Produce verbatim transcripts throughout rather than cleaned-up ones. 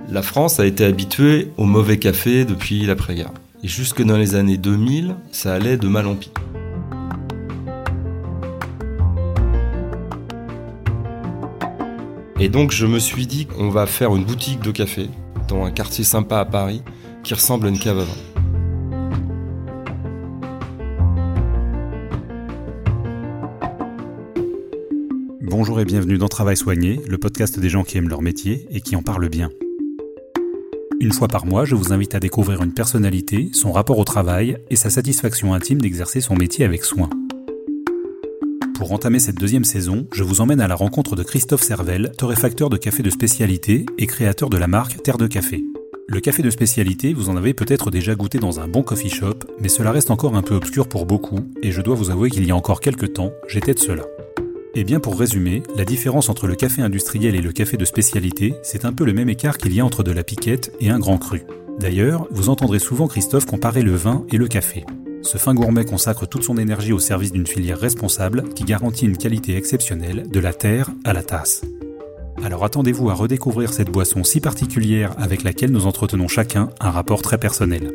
La France a été habituée au mauvais café depuis l'après-guerre. Et jusque dans les années deux mille, ça allait de mal en pis. Et donc je me suis dit qu'on va faire une boutique de café dans un quartier sympa à Paris qui ressemble à une cave à vin. Bonjour et bienvenue dans Travail Soigné, le podcast des gens qui aiment leur métier et qui en parlent bien. Une fois par mois, je vous invite à découvrir une personnalité, son rapport au travail et sa satisfaction intime d'exercer son métier avec soin. Pour entamer cette deuxième saison, je vous emmène à la rencontre de Christophe Servel, torréfacteur de café de spécialité et créateur de la marque Terre de Café. Le café de spécialité, vous en avez peut-être déjà goûté dans un bon coffee shop, mais cela reste encore un peu obscur pour beaucoup, et je dois vous avouer qu'il y a encore quelques temps, j'étais de cela. Et bien pour résumer, la différence entre le café industriel et le café de spécialité, c'est un peu le même écart qu'il y a entre de la piquette et un grand cru. D'ailleurs, vous entendrez souvent Christophe comparer le vin et le café. Ce fin gourmet consacre toute son énergie au service d'une filière responsable qui garantit une qualité exceptionnelle de la terre à la tasse. Alors attendez-vous à redécouvrir cette boisson si particulière avec laquelle nous entretenons chacun un rapport très personnel.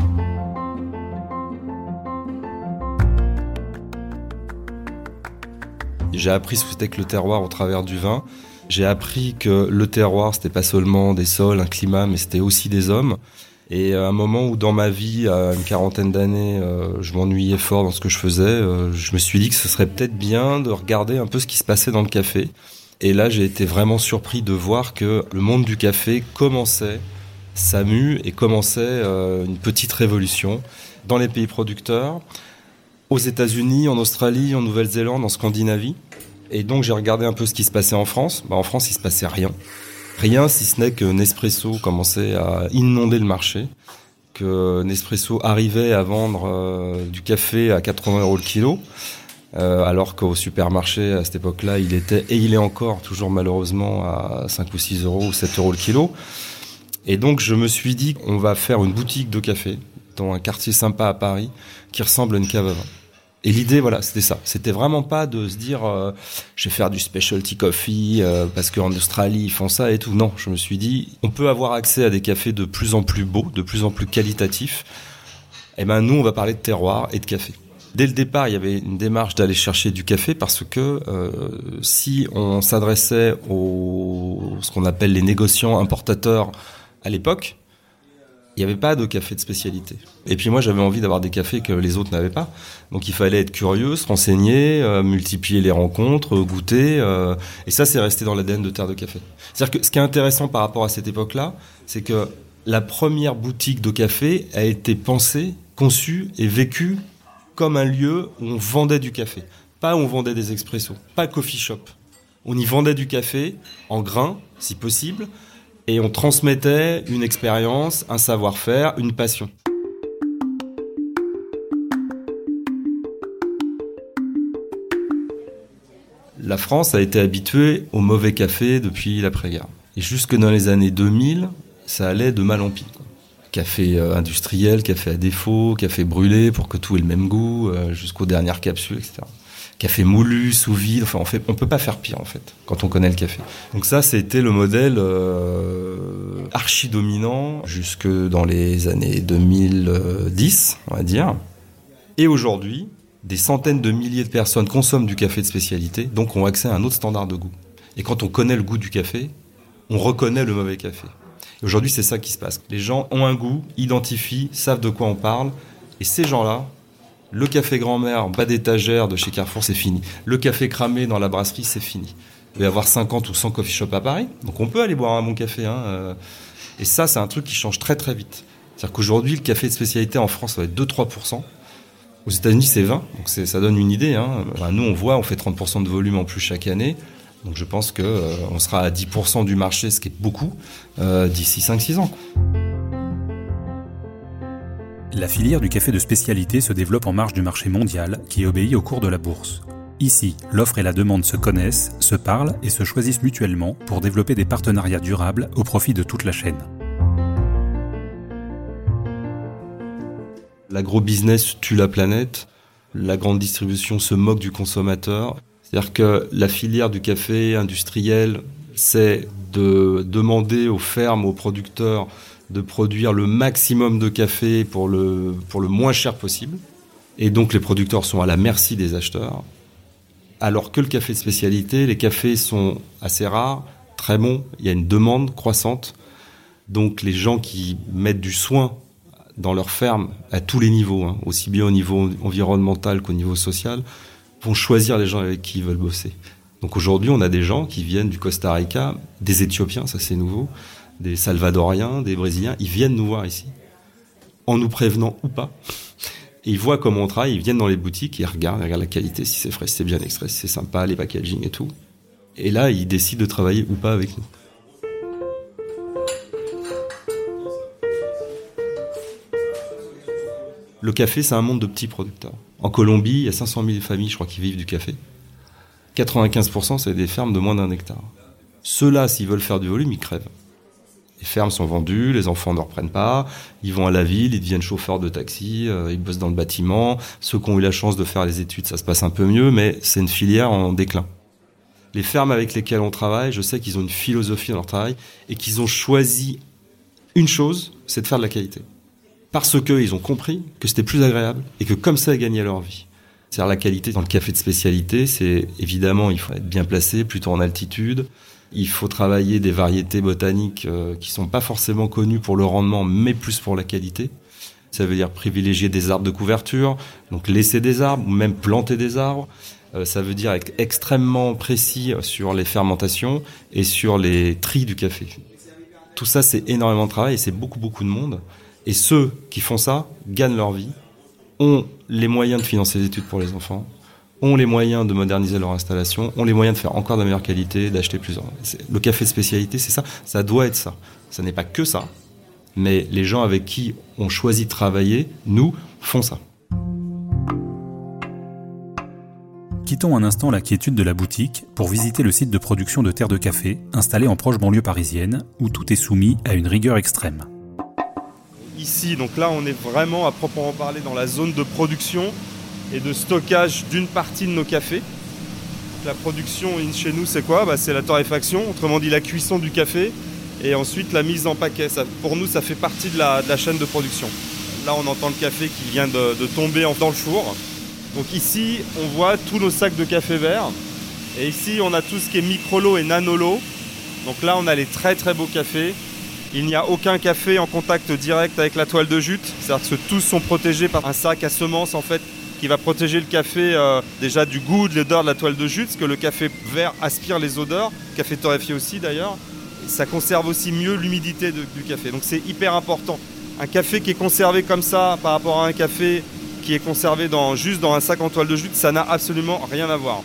J'ai appris ce que c'était que le terroir au travers du vin. J'ai appris que le terroir, c'était pas seulement des sols, un climat, mais c'était aussi des hommes. Et à un moment où dans ma vie, à une quarantaine d'années, euh, je m'ennuyais fort dans ce que je faisais, euh, je me suis dit que ce serait peut-être bien de regarder un peu ce qui se passait dans le café. Et là, j'ai été vraiment surpris de voir que le monde du café commençait sa mue et commençait euh, une petite révolution dans les pays producteurs, aux États-Unis, en Australie, en Nouvelle-Zélande, en Scandinavie. Et donc j'ai regardé un peu ce qui se passait en France. Bah, en France, il se passait rien. Rien, si ce n'est que Nespresso commençait à inonder le marché, que Nespresso arrivait à vendre euh, du café à quatre-vingts euros le kilo, euh, alors qu'au supermarché, à cette époque-là, il était, et il est encore toujours malheureusement à cinq ou six euros ou sept euros le kilo. Et donc je me suis dit qu'on va faire une boutique de café dans un quartier sympa à Paris qui ressemble à une cave à vin. Et l'idée, voilà, c'était ça. C'était vraiment pas de se dire, euh, je vais faire du specialty coffee euh, parce qu'en Australie ils font ça et tout. Non, je me suis dit, on peut avoir accès à des cafés de plus en plus beaux, de plus en plus qualitatifs. Et ben nous, on va parler de terroir et de café. Dès le départ, il y avait une démarche d'aller chercher du café parce que euh, si on s'adressait aux ce qu'on appelle les négociants importateurs à l'époque, il n'y avait pas de café de spécialité. Et puis moi, j'avais envie d'avoir des cafés que les autres n'avaient pas. Donc il fallait être curieux, se renseigner, euh, multiplier les rencontres, goûter. Euh, et ça, c'est resté dans l'A D N de Terre de Café. C'est-à-dire que ce qui est intéressant par rapport à cette époque-là, c'est que la première boutique de café a été pensée, conçue et vécue comme un lieu où on vendait du café. Pas où on vendait des expressos, pas coffee shop. On y vendait du café en grains, si possible, et on transmettait une expérience, un savoir-faire, une passion. La France a été habituée au mauvais café depuis l'après-guerre. Et jusque dans les années deux mille, ça allait de mal en pis. Café industriel, café à défaut, café brûlé pour que tout ait le même goût, euh, jusqu'aux dernières capsules, et cetera. Café moulu, sous vide, enfin on fait, on peut pas faire pire en fait, quand on connaît le café. Donc ça, c'était le modèle euh, archi-dominant jusque dans les années deux mille dix, on va dire. Et aujourd'hui, des centaines de milliers de personnes consomment du café de spécialité, donc ont accès à un autre standard de goût. Et quand on connaît le goût du café, on reconnaît le mauvais café. Et aujourd'hui, c'est ça qui se passe. Les gens ont un goût, identifient, savent de quoi on parle, et ces gens-là, le café grand-mère en bas d'étagère de chez Carrefour, c'est fini. Le café cramé dans la brasserie, c'est fini. Il va y avoir cinquante ou cent coffee shops à Paris, donc on peut aller boire un bon café. Hein, euh, et ça, c'est un truc qui change très très vite. C'est-à-dire qu'aujourd'hui, le café de spécialité en France va être deux à trois pour cent. Aux États-Unis, c'est vingt pour cent, donc c'est, ça donne une idée. Hein. Enfin, nous, on voit, on fait trente pour cent de volume en plus chaque année. Donc je pense qu'on euh, sera à dix pour cent du marché, ce qui est beaucoup, euh, d'ici cinq à six ans. La filière du café de spécialité se développe en marge du marché mondial qui obéit au cours de la bourse. Ici, l'offre et la demande se connaissent, se parlent et se choisissent mutuellement pour développer des partenariats durables au profit de toute la chaîne. L'agro-business tue la planète, la grande distribution se moque du consommateur. C'est-à-dire que la filière du café industriel, c'est de demander aux fermes, aux producteurs de produire le maximum de café pour le, pour le moins cher possible. Et donc les producteurs sont à la merci des acheteurs. Alors que le café de spécialité, les cafés sont assez rares, très bons, il y a une demande croissante. Donc les gens qui mettent du soin dans leur ferme, à tous les niveaux, hein, aussi bien au niveau environnemental qu'au niveau social, vont choisir les gens avec qui ils veulent bosser. Donc aujourd'hui, on a des gens qui viennent du Costa Rica, des Éthiopiens, ça c'est nouveau, des Salvadoriens, des Brésiliens, ils viennent nous voir ici, en nous prévenant ou pas. Et ils voient comment on travaille, ils viennent dans les boutiques, ils regardent, ils regardent la qualité, si c'est frais, si c'est bien extrait, si c'est sympa, les packaging et tout. Et là, ils décident de travailler ou pas avec nous. Le café, c'est un monde de petits producteurs. En Colombie, il y a cinq cent mille familles, je crois, qui vivent du café. quatre-vingt-quinze pour cent, c'est des fermes de moins d'un hectare. Ceux-là, s'ils veulent faire du volume, ils crèvent. Les fermes sont vendues, les enfants ne reprennent pas, ils vont à la ville, ils deviennent chauffeurs de taxi, euh, ils bossent dans le bâtiment. Ceux qui ont eu la chance de faire les études, ça se passe un peu mieux, mais c'est une filière en déclin. Les fermes avec lesquelles on travaille, je sais qu'ils ont une philosophie dans leur travail et qu'ils ont choisi une chose, c'est de faire de la qualité. Parce qu'ils ont compris que c'était plus agréable et que comme ça, ils gagnaient leur vie. C'est-à-dire la qualité dans le café de spécialité, c'est évidemment, il faut être bien placé, plutôt en altitude. Il faut travailler des variétés botaniques euh, qui sont pas forcément connues pour le rendement, mais plus pour la qualité. Ça veut dire privilégier des arbres de couverture, donc laisser des arbres ou même planter des arbres. Euh, ça veut dire être extrêmement précis sur les fermentations et sur les tris du café. Tout ça, c'est énormément de travail et c'est beaucoup, beaucoup de monde. Et ceux qui font ça gagnent leur vie, ont les moyens de financer les études pour les enfants, ont les moyens de moderniser leur installation, ont les moyens de faire encore de meilleure qualité, d'acheter plus. Le café de spécialité, c'est ça. Ça doit être ça. Ça n'est pas que ça. Mais les gens avec qui on choisit de travailler, nous, font ça. Quittons un instant la quiétude de la boutique pour visiter le site de production de terre de café, installé en proche banlieue parisienne, où tout est soumis à une rigueur extrême. Ici, donc là, on est vraiment à proprement parler dans la zone de production et de stockage d'une partie de nos cafés. La production chez nous, c'est quoi ? Bah, c'est la torréfaction, autrement dit la cuisson du café, et ensuite la mise en paquet. Ça, pour nous, ça fait partie de la, de la chaîne de production. Là, on entend le café qui vient de, de tomber en, dans le four. Donc ici, on voit tous nos sacs de café vert. Et ici, on a tout ce qui est micro-lot et nano-lot. Donc là, on a les très très beaux cafés. Il n'y a aucun café en contact direct avec la toile de jute. C'est-à-dire que tous sont protégés par un sac à semences, en fait, qui va protéger le café euh, déjà du goût, de l'odeur de la toile de jute, parce que le café vert aspire les odeurs, le café torréfié aussi d'ailleurs. Et ça conserve aussi mieux l'humidité de, du café. Donc c'est hyper important. Un café qui est conservé comme ça par rapport à un café qui est conservé dans, juste dans un sac en toile de jute, ça n'a absolument rien à voir.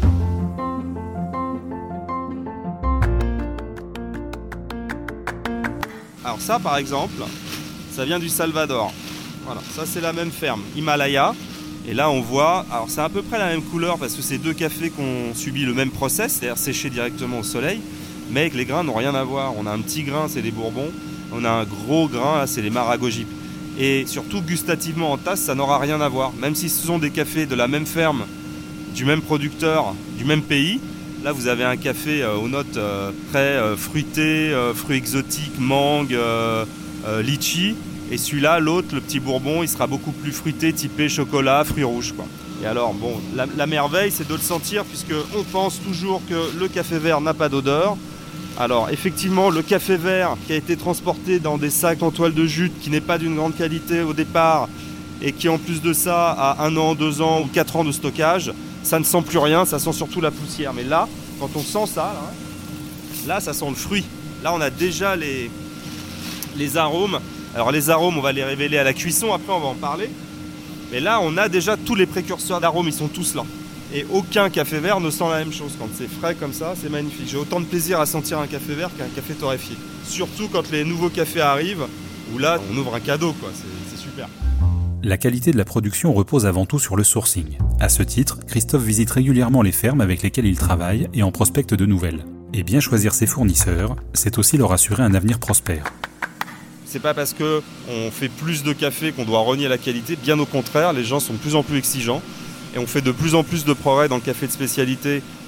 Alors ça par exemple, ça vient du Salvador. Voilà, ça c'est la même ferme, Himalaya. Et là on voit, alors c'est à peu près la même couleur parce que c'est deux cafés qui ont subi le même process, c'est-à-dire séchés directement au soleil, mais que les grains n'ont rien à voir. On a un petit grain, c'est les Bourbons, on a un gros grain, là c'est les Maragojip. Et surtout gustativement en tasse, ça n'aura rien à voir. Même si ce sont des cafés de la même ferme, du même producteur, du même pays, là vous avez un café euh, aux notes euh, très euh, fruitées, euh, fruits exotiques, mangue, euh, euh, litchi. Et celui-là, l'autre, le petit Bourbon, il sera beaucoup plus fruité, typé chocolat, fruits rouges, quoi. Et alors, bon, la, la merveille, c'est de le sentir, puisqu'on pense toujours que le café vert n'a pas d'odeur. Alors, effectivement, le café vert qui a été transporté dans des sacs en toile de jute, qui n'est pas d'une grande qualité au départ, et qui, en plus de ça, a un an, deux ans ou quatre ans de stockage, ça ne sent plus rien, ça sent surtout la poussière. Mais là, quand on sent ça, là, là ça sent le fruit. Là, on a déjà les, les arômes. Alors les arômes, on va les révéler à la cuisson, après on va en parler. Mais là, on a déjà tous les précurseurs d'arômes, ils sont tous là. Et aucun café vert ne sent la même chose. Quand c'est frais comme ça, c'est magnifique. J'ai autant de plaisir à sentir un café vert qu'un café torréfié. Surtout quand les nouveaux cafés arrivent, où là, on ouvre un cadeau, quoi. C'est, c'est super. La qualité de la production repose avant tout sur le sourcing. À ce titre, Christophe visite régulièrement les fermes avec lesquelles il travaille et en prospecte de nouvelles. Et bien choisir ses fournisseurs, c'est aussi leur assurer un avenir prospère. C'est pas parce qu'on fait plus de café qu'on doit renier la qualité, bien au contraire, les gens sont de plus en plus exigeants et on fait de plus en plus de progrès dans le café de spécialité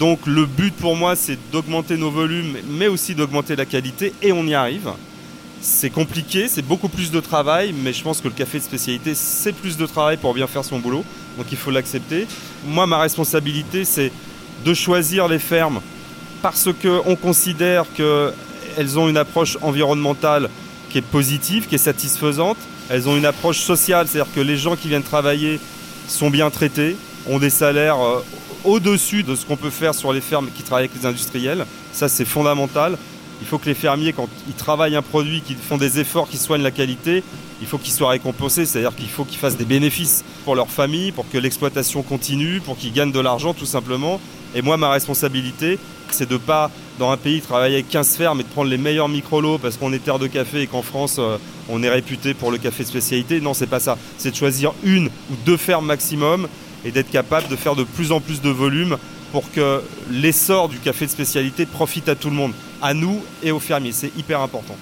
Donc le but pour moi, c'est d'augmenter nos volumes, mais aussi d'augmenter la qualité, et on y arrive. C'est compliqué, c'est beaucoup plus de travail, mais je pense que le café de spécialité, c'est plus de travail pour bien faire son boulot. Donc il faut l'accepter. Moi, ma responsabilité, c'est de choisir les fermes parce qu'on considère qu'elles ont une approche environnementale qui est positive, qui est satisfaisante. Elles ont une approche sociale, c'est-à-dire que les gens qui viennent travailler sont bien traités, ont des salaires euh, au-dessus de ce qu'on peut faire sur les fermes qui travaillent avec les industriels. Ça, c'est fondamental. Il faut que les fermiers, quand ils travaillent un produit, qu'ils font des efforts, qu'ils soignent la qualité, il faut qu'ils soient récompensés, c'est-à-dire qu'il faut qu'ils fassent des bénéfices pour leur famille, pour que l'exploitation continue, pour qu'ils gagnent de l'argent tout simplement. Et moi, ma responsabilité, c'est de ne pas, dans un pays, travailler avec quinze fermes et de prendre les meilleurs micro-lots parce qu'on est terre de café et qu'en France, euh, on est réputé pour le café de spécialité. Non, c'est pas ça. C'est de choisir une ou deux fermes maximum et d'être capable de faire de plus en plus de volume pour que l'essor du café de spécialité profite à tout le monde, à nous et aux fermiers. C'est hyper important.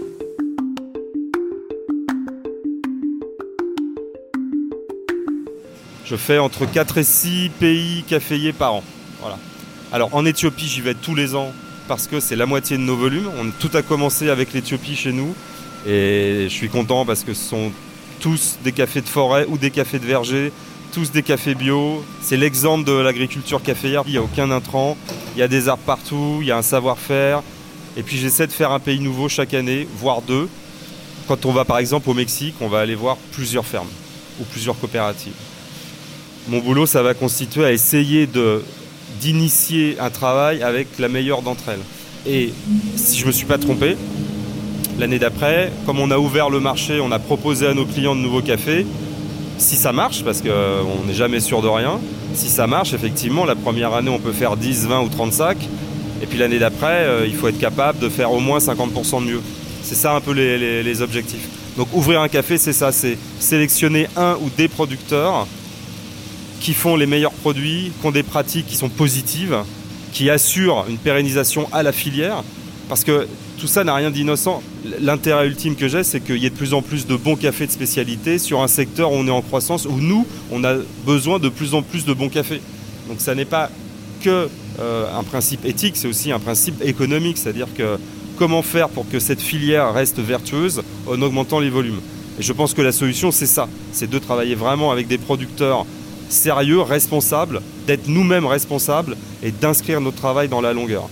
Je fais entre quatre et six pays caféiers par an. Voilà. Alors en Éthiopie, j'y vais tous les ans parce que c'est la moitié de nos volumes. On, tout a commencé avec l'Éthiopie chez nous et je suis content parce que ce sont tous des cafés de forêt ou des cafés de verger, tous des cafés bio. C'est l'exemple de l'agriculture caféière. Il n'y a aucun intrant, il y a des arbres partout, il y a un savoir-faire. Et puis j'essaie de faire un pays nouveau chaque année, voire deux. Quand on va par exemple au Mexique, on va aller voir plusieurs fermes ou plusieurs coopératives. Mon boulot, ça va constituer à essayer de, d'initier un travail avec la meilleure d'entre elles. Et si je ne me suis pas trompé, l'année d'après, comme on a ouvert le marché, on a proposé à nos clients de nouveaux cafés. Si ça marche, parce qu'on n'est jamais sûr de rien, si ça marche, effectivement, la première année, on peut faire dix, vingt ou trente sacs. Et puis l'année d'après, euh, il faut être capable de faire au moins cinquante pour cent de mieux. C'est ça un peu les, les, les objectifs. Donc ouvrir un café, c'est ça, c'est sélectionner un ou des producteurs qui font les meilleurs produits, qui ont des pratiques qui sont positives, qui assurent une pérennisation à la filière. Parce que tout ça n'a rien d'innocent. L'intérêt ultime que j'ai, c'est qu'il y ait de plus en plus de bons cafés de spécialité sur un secteur où on est en croissance, où nous, on a besoin de plus en plus de bons cafés. Donc ça n'est pas que euh, un principe éthique, c'est aussi un principe économique. C'est-à-dire que comment faire pour que cette filière reste vertueuse en augmentant les volumes. Et je pense que la solution, c'est ça. C'est de travailler vraiment avec des producteurs sérieux, responsables, d'être nous-mêmes responsables et d'inscrire notre travail dans la longueur.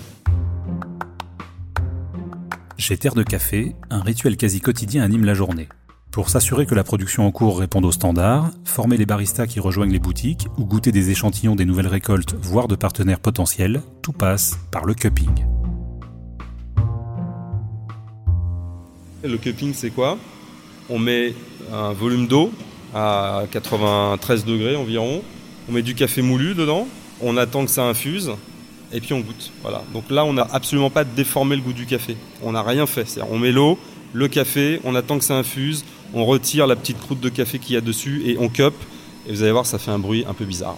Chez Terre de Café, un rituel quasi quotidien anime la journée. Pour s'assurer que la production en cours réponde aux standards, former les baristas qui rejoignent les boutiques ou goûter des échantillons des nouvelles récoltes, voire de partenaires potentiels, tout passe par le cupping. Le cupping, c'est quoi ? On met un volume d'eau à quatre-vingt-treize degrés environ, on met du café moulu dedans, on attend que ça infuse, et puis on goûte. Voilà. Donc là, on n'a absolument pas déformé le goût du café. On n'a rien fait. C'est-à-dire, on met l'eau, le café, on attend que ça infuse, on retire la petite croûte de café qu'il y a dessus et on cup. Et vous allez voir, ça fait un bruit un peu bizarre.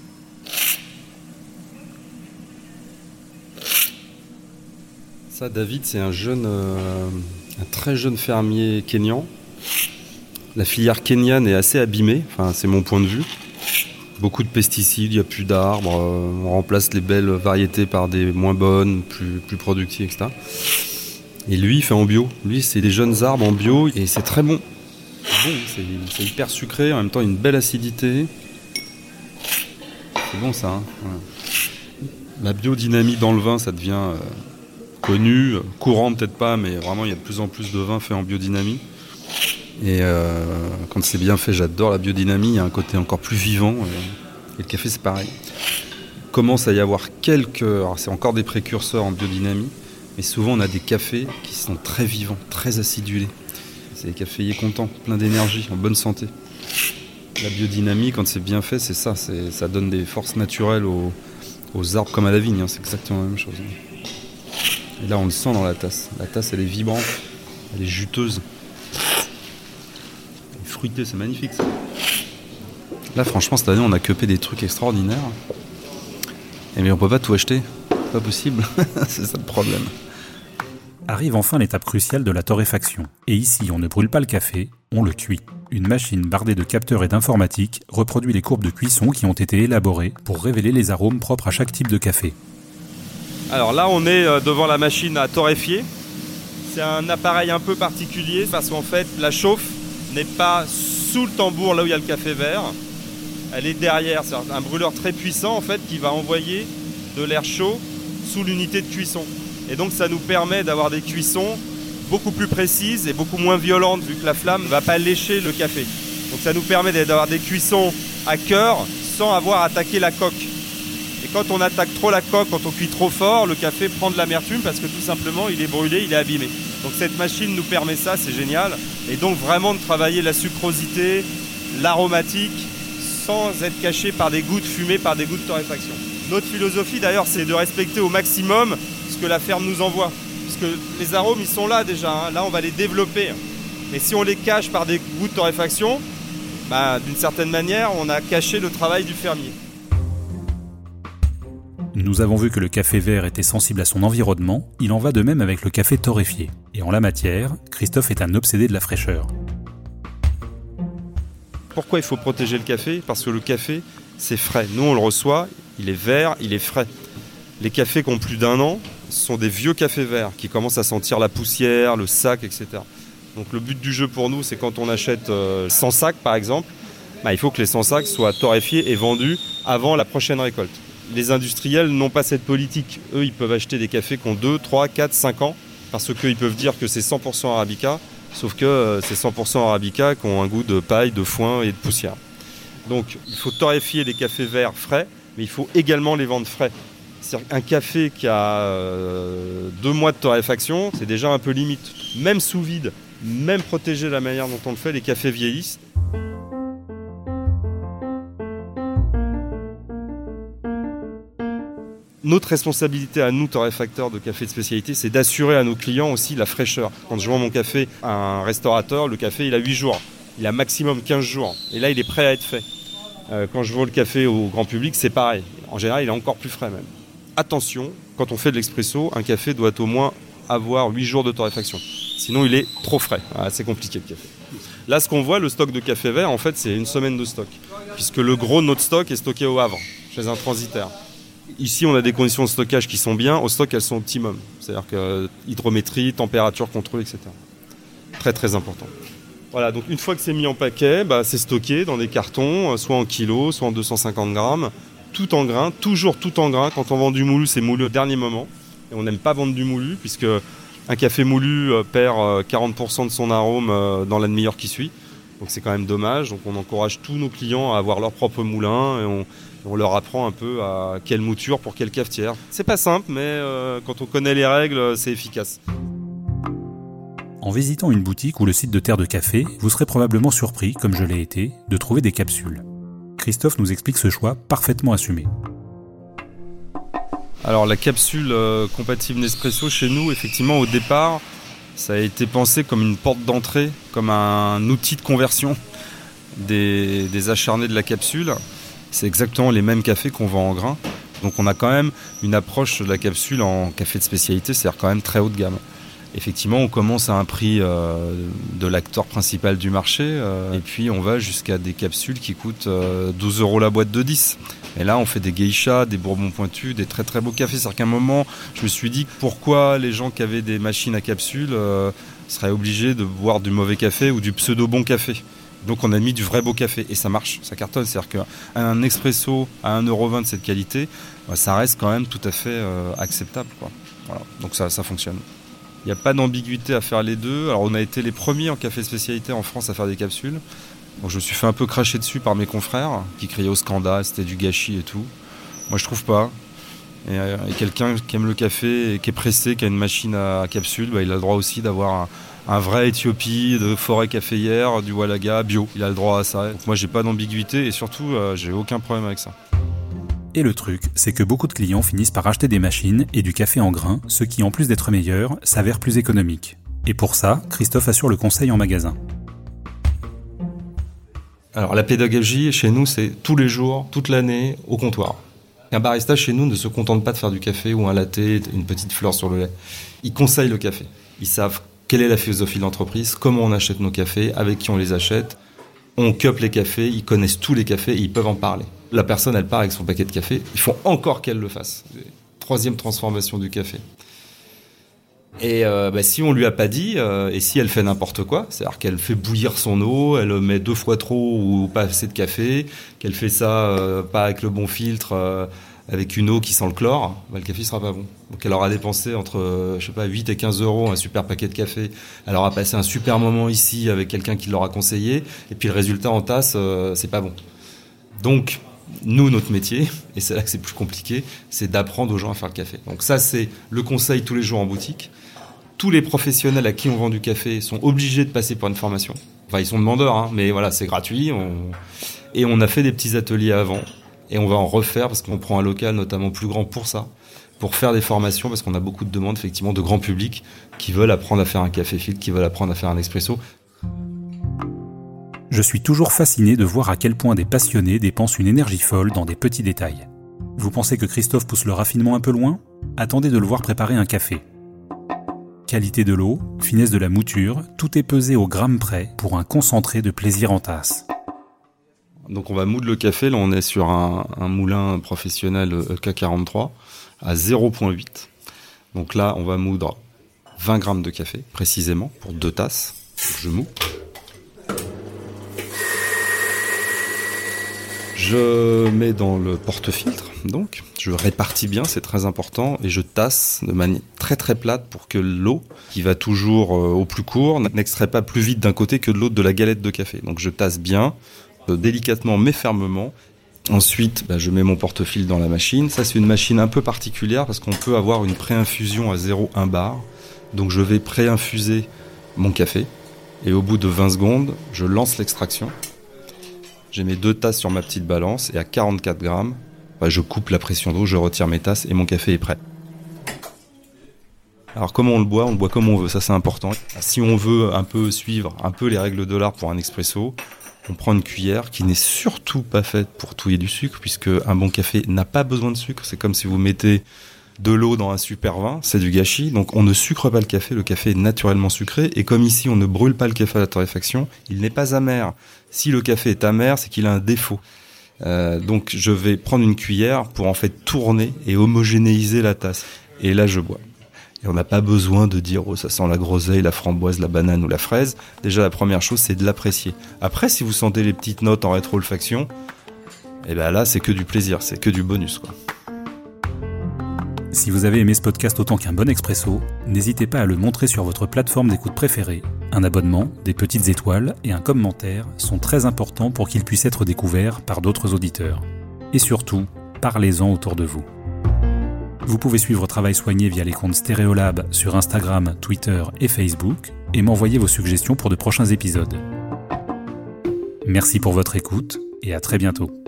Ça, David, c'est un jeune, euh, un très jeune fermier kényan. La filière kenyane est assez abîmée, enfin, c'est mon point de vue. Beaucoup de pesticides, il n'y a plus d'arbres, euh, on remplace les belles variétés par des moins bonnes, plus, plus productives, et cetera. Et lui, il fait en bio. Lui, c'est des jeunes arbres en bio et c'est très bon. C'est bon, c'est, c'est hyper sucré, en même temps une belle acidité. C'est bon ça. Hein, ouais. La biodynamie dans le vin, ça devient euh, connu, courant peut-être pas, mais vraiment il y a de plus en plus de vins faits en biodynamie. Et euh, quand c'est bien fait, j'adore la biodynamie, il y a un côté encore plus vivant. Et, et le café, c'est pareil. Il commence à y avoir quelques... Alors c'est encore des précurseurs en biodynamie, mais souvent on a des cafés qui sont très vivants, très acidulés. C'est des caféiers contents, pleins d'énergie, en bonne santé. La biodynamie, quand c'est bien fait, c'est ça. C'est, ça donne des forces naturelles aux, aux arbres comme à la vigne. Hein, c'est exactement la même chose. Et là, on le sent dans la tasse. La tasse, elle est vibrante, elle est juteuse. Fruité, c'est magnifique ça. Là franchement cette année on a cupé des trucs extraordinaires. Et mais on peut pas tout acheter, c'est pas possible. C'est ça le problème. Arrive enfin l'étape cruciale de la torréfaction. Et ici on ne brûle pas le café, on le cuit. une machine bardée de capteurs et d'informatique reproduit les courbes de cuisson qui ont été élaborées pour révéler les arômes propres à chaque type de café. Alors là, on est devant la machine à torréfier. C'est un appareil un peu particulier parce qu'en fait, la chauffe n'est pas sous le tambour là où il y a le café vert. Elle est derrière. C'est un brûleur très puissant en fait qui va envoyer de l'air chaud sous l'unité de cuisson. Et donc ça nous permet d'avoir des cuissons beaucoup plus précises et beaucoup moins violentes vu que la flamme ne va pas lécher le café. Donc ça nous permet d'avoir des cuissons à cœur sans avoir attaqué la coque. Et quand on attaque trop la coque, quand on cuit trop fort, le café prend de l'amertume parce que tout simplement il est brûlé, il est abîmé. Donc cette machine nous permet ça, c'est génial. Et donc vraiment de travailler la sucrosité, l'aromatique, sans être caché par des gouttes fumées, par des gouttes de torréfaction. Notre philosophie d'ailleurs, c'est de respecter au maximum ce que la ferme nous envoie. Parce que les arômes, ils sont là déjà, hein. Là on va les développer. Mais si on les cache par des gouttes de torréfaction, bah, d'une certaine manière, on a caché le travail du fermier. Nous avons vu que le café vert était sensible à son environnement, il en va de même avec le café torréfié. Et en la matière, Christophe est un obsédé de la fraîcheur. Pourquoi il faut protéger le café ? Parce que le café, c'est frais. Nous, on le reçoit, il est vert, il est frais. Les cafés qui ont plus d'un an sont des vieux cafés verts qui commencent à sentir la poussière, le sac, et cetera. Donc le but du jeu pour nous, c'est quand on achète euh, cent sacs par exemple, bah, il faut que les cent sacs soient torréfiés et vendus avant la prochaine récolte. Les industriels n'ont pas cette politique. Eux, ils peuvent acheter des cafés qui ont deux, trois, quatre, cinq ans parce qu'ils peuvent dire que c'est cent pour cent Arabica, sauf que euh, c'est cent pour cent Arabica qui ont un goût de paille, de foin et de poussière. Donc il faut torréfier les cafés verts frais, mais il faut également les vendre frais. C'est-à-dire qu'un café qui a euh, deux mois de torréfaction, c'est déjà un peu limite. Même sous vide, même protégé de la manière dont on le fait, les cafés vieillissent. Notre responsabilité à nous, torréfacteurs de café de spécialité, c'est d'assurer à nos clients aussi la fraîcheur. Quand je vends mon café à un restaurateur, le café il a huit jours, il a maximum quinze jours. Et là, il est prêt à être fait. Euh, quand je vends le café au grand public, c'est pareil. En général, il est encore plus frais même. Attention, quand on fait de l'expresso, un café doit au moins avoir huit jours de torréfaction. Sinon, il est trop frais. Ah, c'est compliqué le café. Là, ce qu'on voit, le stock de café vert, en fait, c'est une semaine de stock. Puisque le gros de notre stock est stocké au Havre, chez un transitaire. Ici, on a des conditions de stockage qui sont bien. Au stock, elles sont optimum. C'est-à-dire que hydrométrie, température, contrôle, et cetera. Très, très important. Voilà, donc une fois que c'est mis en paquet, bah, c'est stocké dans des cartons, soit en kilos, soit en deux cent cinquante grammes. Tout en grain, toujours tout en grain. Quand on vend du moulu, c'est moulu au dernier moment. Et on n'aime pas vendre du moulu, puisque un café moulu perd quarante pour cent de son arôme dans la demi-heure qui suit. Donc c'est quand même dommage. Donc on encourage tous nos clients à avoir leur propre moulin et on, on leur apprend un peu à quelle mouture pour quelle cafetière. C'est pas simple, mais euh, quand on connaît les règles, c'est efficace. En visitant une boutique ou le site de Terre de Café, vous serez probablement surpris, comme je l'ai été, de trouver des capsules. Christophe nous explique ce choix parfaitement assumé. Alors la capsule euh, compatible Nespresso chez nous, effectivement au départ, ça a été pensé comme une porte d'entrée, comme un outil de conversion des, des acharnés de la capsule. C'est exactement les mêmes cafés qu'on vend en grain. Donc on a quand même une approche de la capsule en café de spécialité, c'est-à-dire quand même très haut de gamme. Effectivement, on commence à un prix euh, de l'acteur principal du marché euh, et puis on va jusqu'à des capsules qui coûtent euh, douze euros la boîte de dix. Et là, on fait des geishas, des bourbons pointus, des très très beaux cafés. C'est-à-dire qu'à un moment, je me suis dit pourquoi les gens qui avaient des machines à capsules euh, seraient obligés de boire du mauvais café ou du pseudo-bon café. Donc on a mis du vrai beau café et ça marche, ça cartonne. C'est-à-dire qu'un expresso à un euro vingt de cette qualité, bah, ça reste quand même tout à fait euh, acceptable, quoi. Voilà. Donc ça, ça fonctionne. Il n'y a pas d'ambiguïté à faire les deux. Alors on a été les premiers en café spécialité en France à faire des capsules. Bon, je me suis fait un peu cracher dessus par mes confrères qui criaient au scandale, c'était du gâchis et tout. Moi je trouve pas. Et, euh, et quelqu'un qui aime le café et qui est pressé, qui a une machine à, à capsule, bah, il a le droit aussi d'avoir un, un vrai Éthiopie de forêt caféière, du Walaga bio. Il a le droit à ça. Donc moi j'ai pas d'ambiguïté et surtout euh, j'ai aucun problème avec ça. Et le truc, c'est que beaucoup de clients finissent par acheter des machines et du café en grains, ce qui, en plus d'être meilleur, s'avère plus économique. Et pour ça, Christophe assure le conseil en magasin. Alors la pédagogie, chez nous, c'est tous les jours, toute l'année, au comptoir. Un barista chez nous ne se contente pas de faire du café ou un latte, une petite fleur sur le lait. Ils conseillent le café. Ils savent quelle est la philosophie de l'entreprise, comment on achète nos cafés, avec qui on les achète, On cup les cafés, ils connaissent tous les cafés et ils peuvent en parler. La personne, elle part avec son paquet de café, il faut encore qu'elle le fasse. Troisième transformation du café. Et euh, bah, si on lui a pas dit, euh, et si elle fait n'importe quoi, c'est-à-dire qu'elle fait bouillir son eau, elle met deux fois trop ou pas assez de café, qu'elle fait ça euh, pas avec le bon filtre, euh, avec une eau qui sent le chlore, bah, le café sera pas bon. Donc elle aura dépensé entre euh, je sais pas huit et quinze euros un super paquet de café, elle aura passé un super moment ici avec quelqu'un qui l'aura conseillé, et puis le résultat en tasse, euh, c'est pas bon. Donc nous, notre métier, et c'est là que c'est plus compliqué, c'est d'apprendre aux gens à faire le café. Donc ça, c'est le conseil tous les jours en boutique. Tous les professionnels à qui on vend du café sont obligés de passer par une formation. Enfin, ils sont demandeurs, hein, mais voilà, c'est gratuit. On... Et on a fait des petits ateliers avant, et on va en refaire parce qu'on prend un local notamment plus grand pour ça, pour faire des formations, parce qu'on a beaucoup de demandes effectivement de grand public qui veulent apprendre à faire un café filtre, qui veulent apprendre à faire un expresso. Je suis toujours fasciné de voir à quel point des passionnés dépensent une énergie folle dans des petits détails. Vous pensez que Christophe pousse le raffinement un peu loin ? Attendez de le voir préparer un café. Qualité de l'eau, finesse de la mouture, tout est pesé au gramme près pour un concentré de plaisir en tasse. Donc on va moudre le café, là on est sur un, un moulin professionnel E K quarante-trois à zéro virgule huit. Donc là on va moudre vingt grammes de café précisément pour deux tasses. Je moue. Je mets dans le porte-filtre, donc je répartis bien, c'est très important, et je tasse de manière très très plate pour que l'eau, qui va toujours au plus court, n'extrait pas plus vite d'un côté que de l'autre de la galette de café. Donc je tasse bien, délicatement mais fermement. Ensuite, bah, je mets mon porte-filtre dans la machine. Ça, c'est une machine un peu particulière parce qu'on peut avoir une pré-infusion à zéro virgule un bar. Donc je vais pré-infuser mon café, et au bout de vingt secondes, je lance l'extraction. J'ai mes deux tasses sur ma petite balance et à quarante-quatre grammes, bah, je coupe la pression d'eau, je retire mes tasses et mon café est prêt. Alors comment on le boit ? On le boit comme on veut, ça c'est important. Si on veut un peu suivre un peu les règles de l'art pour un expresso, on prend une cuillère qui n'est surtout pas faite pour touiller du sucre, puisque un bon café n'a pas besoin de sucre. C'est comme si vous mettez de l'eau dans un super vin, c'est du gâchis. Donc on ne sucre pas le café, le café est naturellement sucré. Et comme ici on ne brûle pas le café à la torréfaction, il n'est pas amer. Si le café est amer, c'est qu'il a un défaut. Euh, donc je vais prendre une cuillère pour en fait tourner et homogénéiser la tasse. Et là je bois. Et on n'a pas besoin de dire « oh ça sent la groseille, la framboise, la banane ou la fraise ». Déjà la première chose c'est de l'apprécier. Après si vous sentez les petites notes en rétro-olfaction, et ben là c'est que du plaisir, c'est que du bonus quoi. Si vous avez aimé ce podcast autant qu'un bon expresso, n'hésitez pas à le montrer sur votre plateforme d'écoute préférée. Un abonnement, des petites étoiles et un commentaire sont très importants pour qu'il puisse être découvert par d'autres auditeurs. Et surtout, parlez-en autour de vous. Vous pouvez suivre Travail Soigné via les comptes Stéréolab sur Instagram, Twitter et Facebook et m'envoyer vos suggestions pour de prochains épisodes. Merci pour votre écoute et à très bientôt.